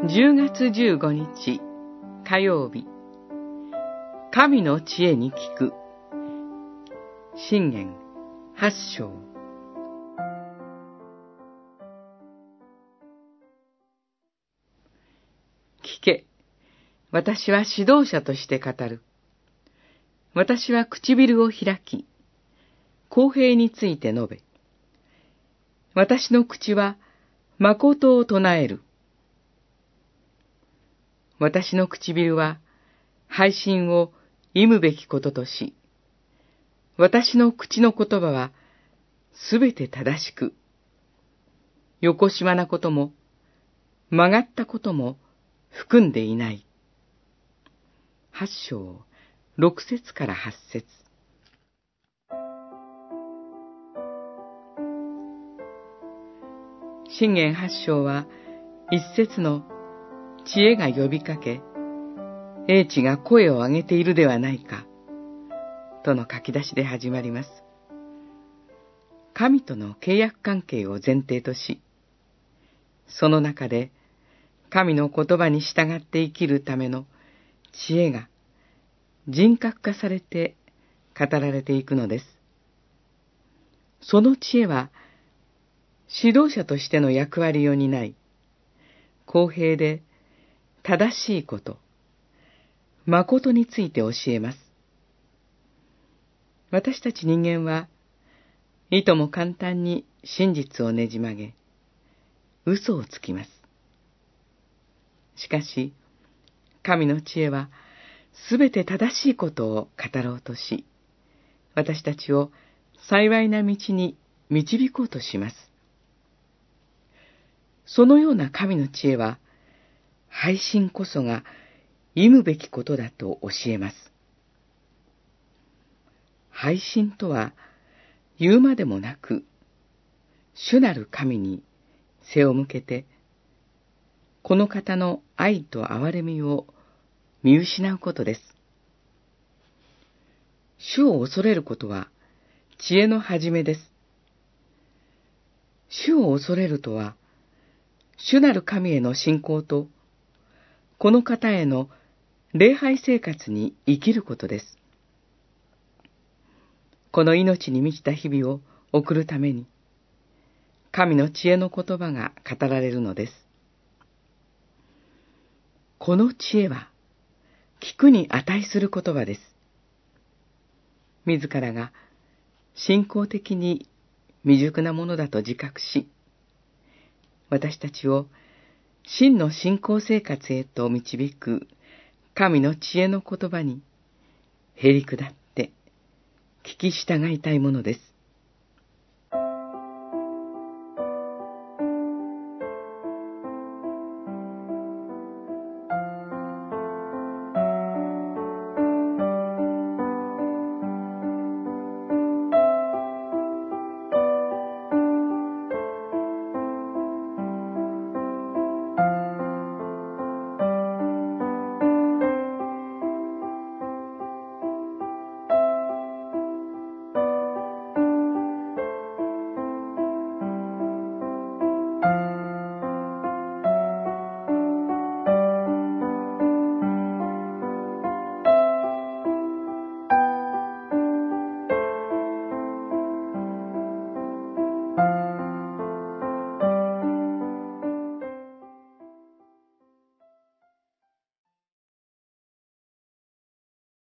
10月15日火曜日、神の知恵に聞く。箴言8章。聞け、私は指導者として語る。私は唇を開き、公平について述べ、私の口は誠を唱える。私の唇は配信を忌むべきこととし、私の口の言葉はすべて正しく、よこしまなことも曲がったことも含んでいない。8章6節から8節。箴言8章は1節の知恵が呼びかけ、英知が声を上げているではないか、との書き出しで始まります。神との契約関係を前提とし、その中で神の言葉に従って生きるための知恵が人格化されて語られていくのです。その知恵は、指導者としての役割を担い、公平で正しいこと、誠について教えます。私たち人間は、いとも簡単に真実をねじ曲げ、嘘をつきます。しかし、神の知恵は、すべて正しいことを語ろうとし、私たちを幸いな道に導こうとします。そのような神の知恵は、配信こそが忌むべきことだと教えます。配信とは、言うまでもなく、主なる神に背を向けて、この方の愛と憐れみを見失うことです。主を恐れることは知恵の始めです。主を恐れるとは、主なる神への信仰と、この方への礼拝生活に生きることです。この命に満ちた日々を送るために、神の知恵の言葉が語られるのです。この知恵は、聞くに値する言葉です。自らが信仰的に未熟なものだと自覚し、私たちを真の信仰生活へと導く神の知恵の言葉にへり下って聞き従いたいものです。